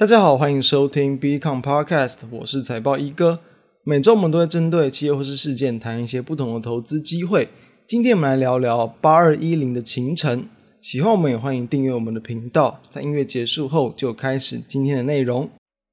大家好，欢迎收听 Become Podcast， 我是财报一哥。每周我们都会针对企业或是事件谈一些不同的投资机会。今天我们来聊聊8210的勤诚。喜欢我们也欢迎订阅我们的频道。在音乐结束后就开始今天的内容。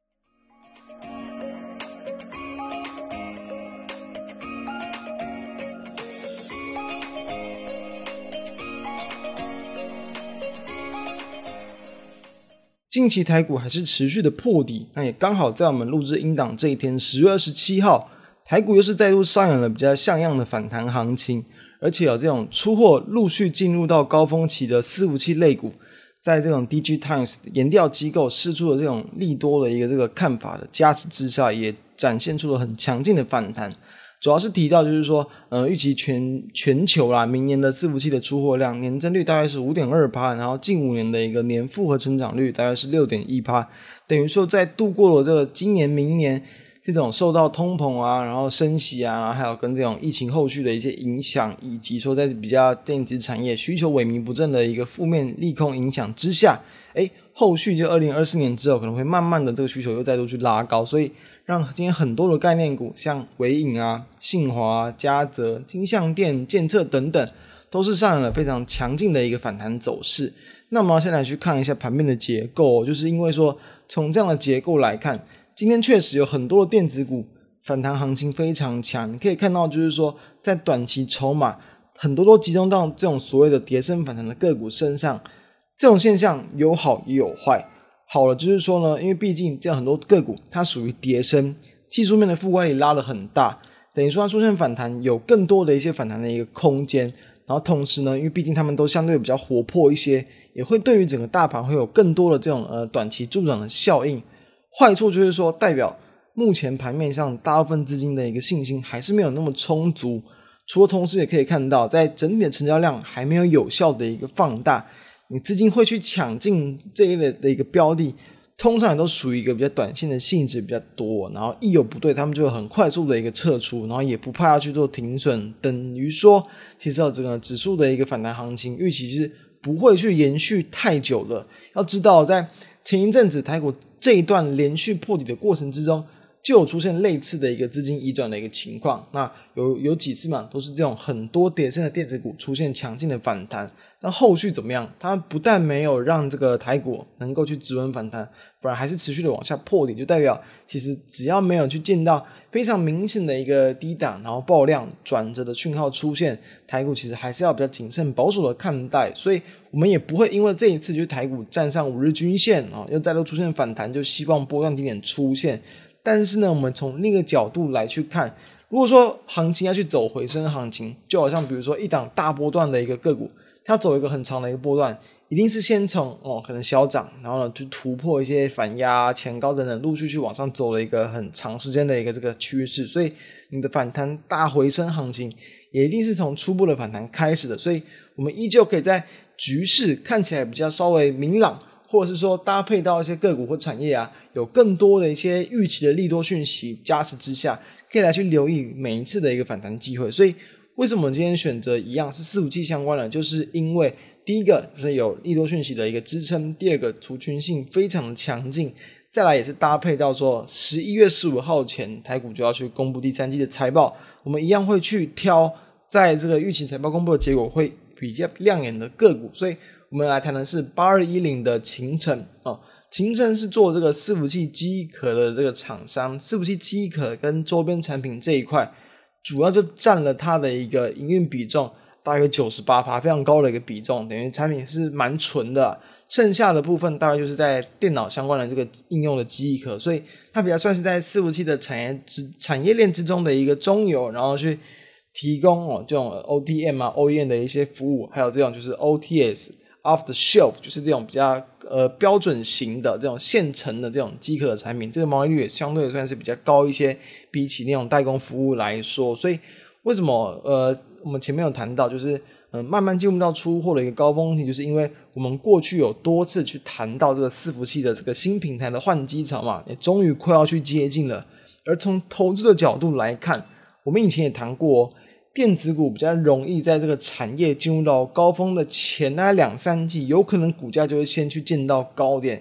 近期台股还是持续的破底，那也刚好在我们录制音档这一天10月27号，台股又是再度上演了比较像样的反弹行情，而且有这种出货陆续进入到高峰期的伺服器类股，在这种 DigiTimes 研调机构释出的这种利多的一个这个看法的加持之下，也展现出了很强劲的反弹。主要是提到就是说预期全球啦，明年的伺服器的出货量年增率大概是 5.2%， 然后近5年的一个年复合成长率大概是 6.1%， 等于说在度过了这个今年明年这种受到通膨啊，然后升息啊，还有跟这种疫情后续的一些影响，以及说在比较电子产业需求萎靡不振的一个负面利空影响之下，后续就2024年之后可能会慢慢的这个需求又再度去拉高，所以让今天很多的概念股像微影啊、信华、嘉泽、金像电、建策等等，都是上演了非常强劲的一个反弹走势。那我们要先来去看一下盘面的结构，就是因为说从这样的结构来看，今天确实有很多的电子股反弹行情非常强，你可以看到就是说在短期筹码很多都集中到这种所谓的跌升反弹的个股身上，这种现象有好也有坏。好了就是说呢，因为毕竟这样很多个股它属于跌升，技术面的负乖离拉得很大，等于说它出现反弹有更多的一些反弹的一个空间，然后同时呢，因为毕竟它们都相对比较活泼一些，也会对于整个大盘会有更多的这种短期助长的效应。坏处就是说代表目前盘面上大部分资金的一个信心还是没有那么充足，除了同时也可以看到在整体的成交量还没有效的一个放大，你资金会去抢进这一类的一个标的，通常也都属于一个比较短线的性质比较多，然后一有不对他们就很快速的一个撤出，然后也不怕要去做停损，等于说其实整个指数的一个反弹行情预期是不会去延续太久的。要知道在前一阵子台股这一段连续破底的过程之中，就有出现类似的一个资金移转的一个情况，那有几次嘛，都是这种很多跌升的电子股出现强劲的反弹，但后续怎么样？它不但没有让这个台股能够去止稳反弹，反而还是持续的往下破底，就代表其实只要没有去见到非常明显的一个低档然后爆量转折的讯号出现，台股其实还是要比较谨慎保守的看待，所以我们也不会因为这一次就是台股站上5日均线又再度出现反弹，就希望波段低点出现。但是呢，我们从另一个角度来去看，如果说行情要去走回升行情，就好像比如说一档大波段的一个个股，它走一个很长的一个波段，一定是先从可能小涨，然后呢去突破一些反压、前高等等，陆续去往上走了一个很长时间的一个这个趋势，所以你的反弹大回升行情也一定是从初步的反弹开始的，所以我们依旧可以在局势看起来比较稍微明朗，或者是说搭配到一些个股或产业有更多的一些预期的利多讯息加持之下，可以来去留意每一次的一个反弹机会。所以为什么我们今天选择一样是伺服器相关的，就是因为第一个是有利多讯息的一个支撑，第二个族群性非常的强劲，再来也是搭配到说11月15号前台股就要去公布第三季的财报，我们一样会去挑在这个预期财报公布的结果会比较亮眼的个股，所以我们来谈的是8210的勤诚勤诚是做这个伺服器机壳的这个厂商，伺服器机壳跟周边产品这一块主要就占了它的一个营运比重大约 98%， 非常高的一个比重，等于产品是蛮纯的，剩下的部分大概就是在电脑相关的这个应用的机壳，所以它比较算是在伺服器的产业链之中的一个中游，然后去提供这种 OTM OEM 的一些服务，还有这种就是 OTS off the shelf， 就是这种比较标准型的这种现成的这种机壳的产品，这个毛利率也相对算是比较高一些，比起那种代工服务来说。所以为什么我们前面有谈到就是慢慢进入到出货的一个高峰期，就是因为我们过去有多次去谈到这个伺服器的这个新平台的换机潮嘛，也终于快要去接近了。而从投资的角度来看，我们以前也谈过电子股比较容易在这个产业进入到高峰的前大概2-3季，有可能股价就会先去见到高点，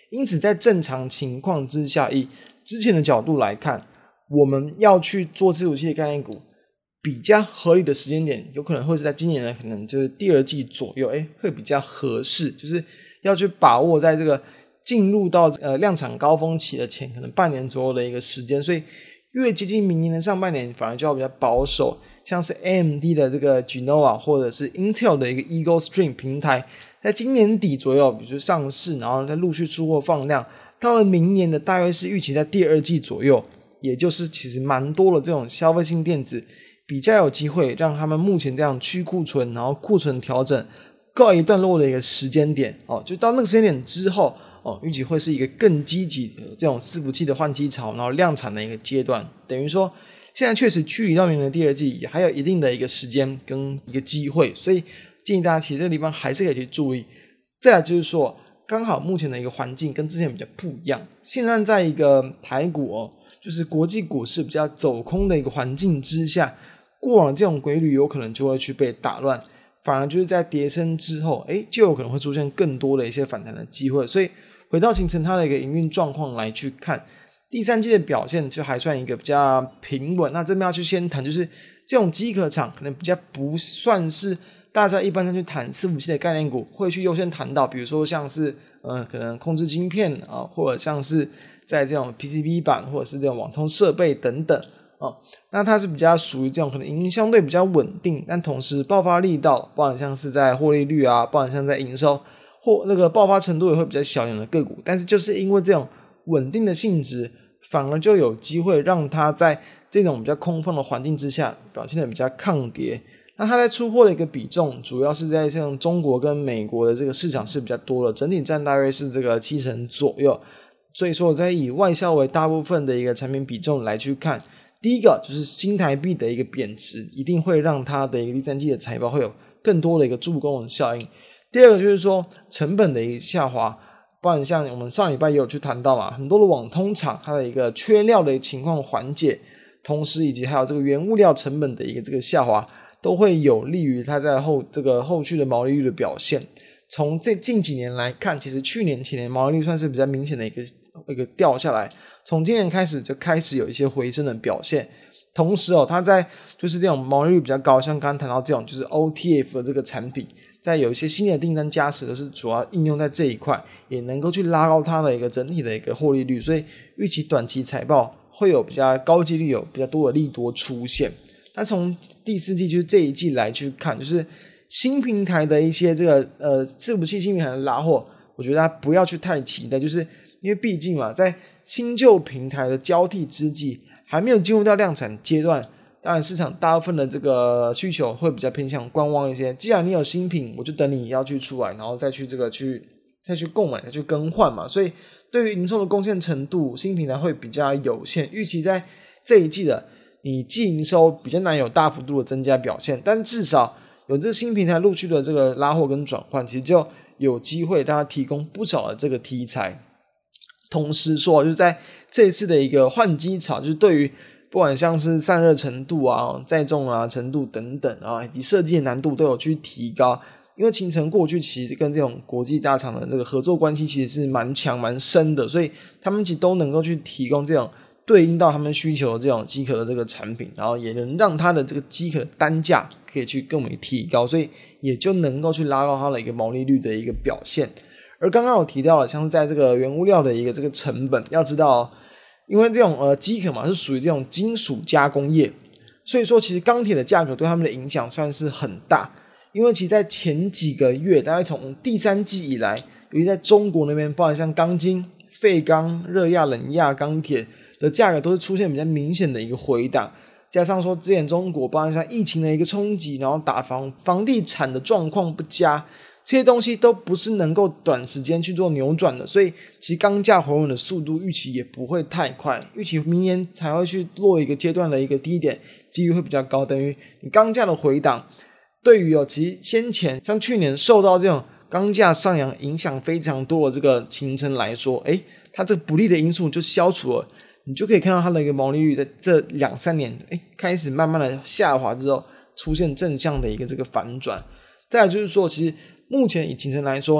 因此在正常情况之下，以之前的角度来看，我们要去做伺服器的概念股比较合理的时间点，有可能会是在今年的可能就是第二季左右，会比较合适，就是要去把握在这个进入到量产高峰期的前可能半年左右的一个时间，所以越接近明年的上半年反而就要比较保守，像是 AMD 的这个 Genoa 或者是 Intel 的一个 Eagle Stream 平台，在今年底左右比如上市，然后再陆续出货放量，到了明年的大约是预期在第二季左右，也就是其实蛮多的这种消费性电子比较有机会让他们目前这样去库存，然后库存调整告一段落的一个时间点就到那个时间点之后预计会是一个更积极的这种伺服器的换机潮，然后量产的一个阶段。等于说现在确实距离到明年的第二季也还有一定的一个时间跟一个机会，所以建议大家其实这个地方还是可以去注意。再来就是说刚好目前的一个环境跟之前比较不一样，现在在一个台股就是国际股市比较走空的一个环境之下，过往的这种规律有可能就会去被打乱，反而就是在跌升之后就有可能会出现更多的一些反弹的机会。所以回到形成它的一个营运状况来去看，第三季的表现就还算一个比较平稳。那这边要去先谈就是这种机壳厂可能比较不算是大家一般去谈伺服器的概念股会去优先谈到，比如说像是可能控制晶片或者像是在这种 PCB 板或者是这种网通设备等等那它是比较属于这种可能营运相对比较稳定，但同时爆发力道包含像是在获利率包含像在营收或那个爆发程度也会比较小一点的个股，但是就是因为这种稳定的性质，反而就有机会让它在这种比较空方的环境之下表现得比较抗跌。那它在出货的一个比重主要是在像中国跟美国的这个市场是比较多的，整体占大约是这个70%左右。所以说在以外销为大部分的一个产品比重来去看，第一个就是新台币的一个贬值一定会让它的一个第三季的财报会有更多的一个助攻的效应。第二个就是说成本的一个下滑，不然像我们上礼拜也有去谈到嘛，很多的网通厂它的一个缺料的情况缓解，同时以及还有这个原物料成本的一个这个下滑，都会有利于它在后续的毛利率的表现。从这近几年来看，其实去年前年毛利率算是比较明显的一个掉下来，从今年开始就开始有一些回升的表现。同时它在就是这种毛利率比较高，像刚刚谈到这种就是 OTF 的这个产品，在有一些新的订单加持都是主要应用在这一块，也能够去拉高它的一个整体的一个获利率，所以预期短期财报会有比较高几率有比较多的利多出现。那从第四季就是这一季来去看，就是新平台的一些这个伺服器新平台的拉货，我觉得大家不要去太期待，就是因为毕竟嘛，在新旧平台的交替之际，还没有进入到量产阶段，当然市场大部分的这个需求会比较偏向观望一些。既然你有新品，我就等你要去出来，然后再去购买，再去更换嘛。所以对于营收的贡献程度，新平台会比较有限。预期在这一季的你季营收比较难有大幅度的增加表现，但至少有这新平台陆续的这个拉货跟转换，其实就有机会让它提供不少的这个题材。同时说就是在这一次的一个换机潮，就是对于不管像是散热程度载重程度等等以及设计的难度都有去提高。因为勤诚过去其实跟这种国际大厂的这个合作关系其实是蛮强蛮深的，所以他们其实都能够去提供这种对应到他们需求的这种机壳的这个产品，然后也能让它的这个机壳的单价可以去更为提高，所以也就能够去拉高它的一个毛利率的一个表现。而刚刚有提到了像是在这个原物料的一个这个成本，要知道因为这种机壳嘛是属于这种金属加工业，所以说其实钢铁的价格对他们的影响算是很大。因为其实在前几个月，大概从第三季以来，尤其在中国那边，包含像钢筋、废钢、热轧、冷轧钢铁的价格都是出现比较明显的一个回档，加上说之前中国包含像疫情的一个冲击，然后打房地产的状况不佳，这些东西都不是能够短时间去做扭转的，所以其实钢价回稳的速度预期也不会太快，预期明年才会去落一个阶段的一个低点，几率会比较高，等于你钢价的回档对于其实先前像去年受到这种钢价上扬影响非常多的这个勤诚来说，它这个不利的因素就消除了，你就可以看到它的一个毛利率在这2-3年开始慢慢的下滑之后出现正向的一个这个反转。再来就是说，其实目前以勤诚来说，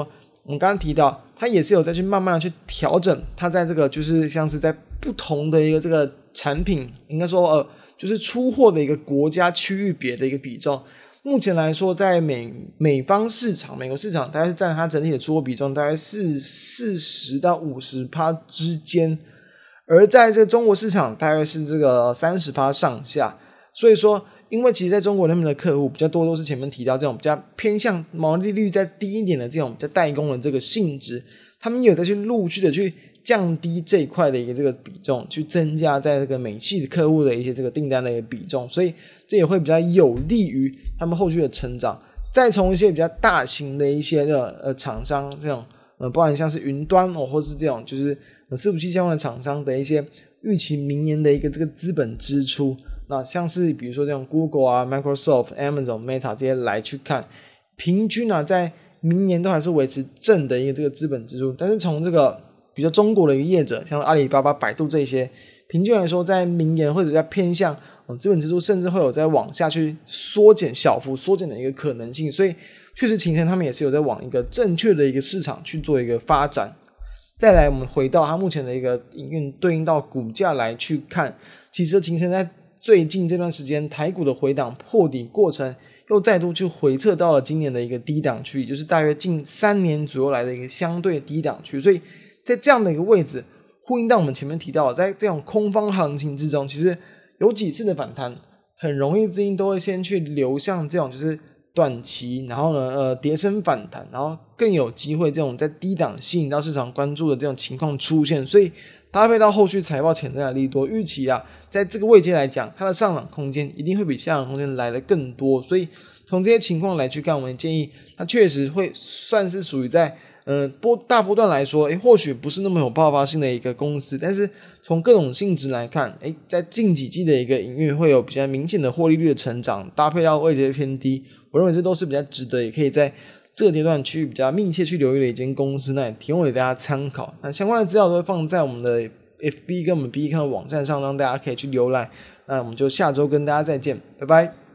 我们刚刚提到，它也是有再去慢慢的去调整它在这个就是像是在不同的一个这个产品，应该说就是出货的一个国家区域别的一个比重。目前来说，在美方市场，美国市场大概是占它整体的出货比重大概是40%到50%之间，而在这个中国市场大概是这个30%上下。所以说，因为其实在中国那边的客户比较多，都是前面提到这种比较偏向毛利率再低一点的这种比较代工的这个性质，他们也有在去陆续的去降低这一块的一个这个比重，去增加在这个美系的客户的一些这个订单的一个比重，所以这也会比较有利于他们后续的成长。再从一些比较大型的一些的厂商，这种包含像是云端或是这种就是伺服器相关的厂商的一些预期明年的一个这个资本支出，那像是比如说这种 Google 啊、Microsoft、Amazon、Meta 这些来去看，平均在明年都还是维持正的一个这个资本支出，但是从这个比较中国的一个业者，像阿里巴巴、百度这些，平均来说，在明年或者在偏向资本支出，甚至会有在往下去小幅缩减的一个可能性，所以确实秦城他们也是有在往一个正确的一个市场去做一个发展。再来，我们回到它目前的一个营运对应到股价来去看，其实秦城在最近这段时间台股的回档破底过程，又再度去回测到了今年的一个低档区，也就是大约近3年左右来的一个相对低档区，所以在这样的一个位置，呼应到我们前面提到的，在这种空方行情之中，其实有几次的反弹，很容易资金都会先去流向这种就是短期，然后呢跌升反弹，然后更有机会这种在低档吸引到市场关注的这种情况出现，所以搭配到后续财报潜在的利多预期在这个位阶来讲，它的上涨空间一定会比下涨空间来的更多，所以从这些情况来去看，我们建议它确实会算是属于在大波段来说，或许不是那么有爆发性的一个公司，但是从各种性质来看，在近几季的一个营运会有比较明显的获利率的成长，搭配到位阶偏低，我认为这都是比较值得，也可以在这个阶段去比较密切去留意的一间公司，那也提供给大家参考。那相关的资料都会放在我们的 FB 跟我们 B 看的网站上，让大家可以去浏览。那我们就下周跟大家再见，拜拜。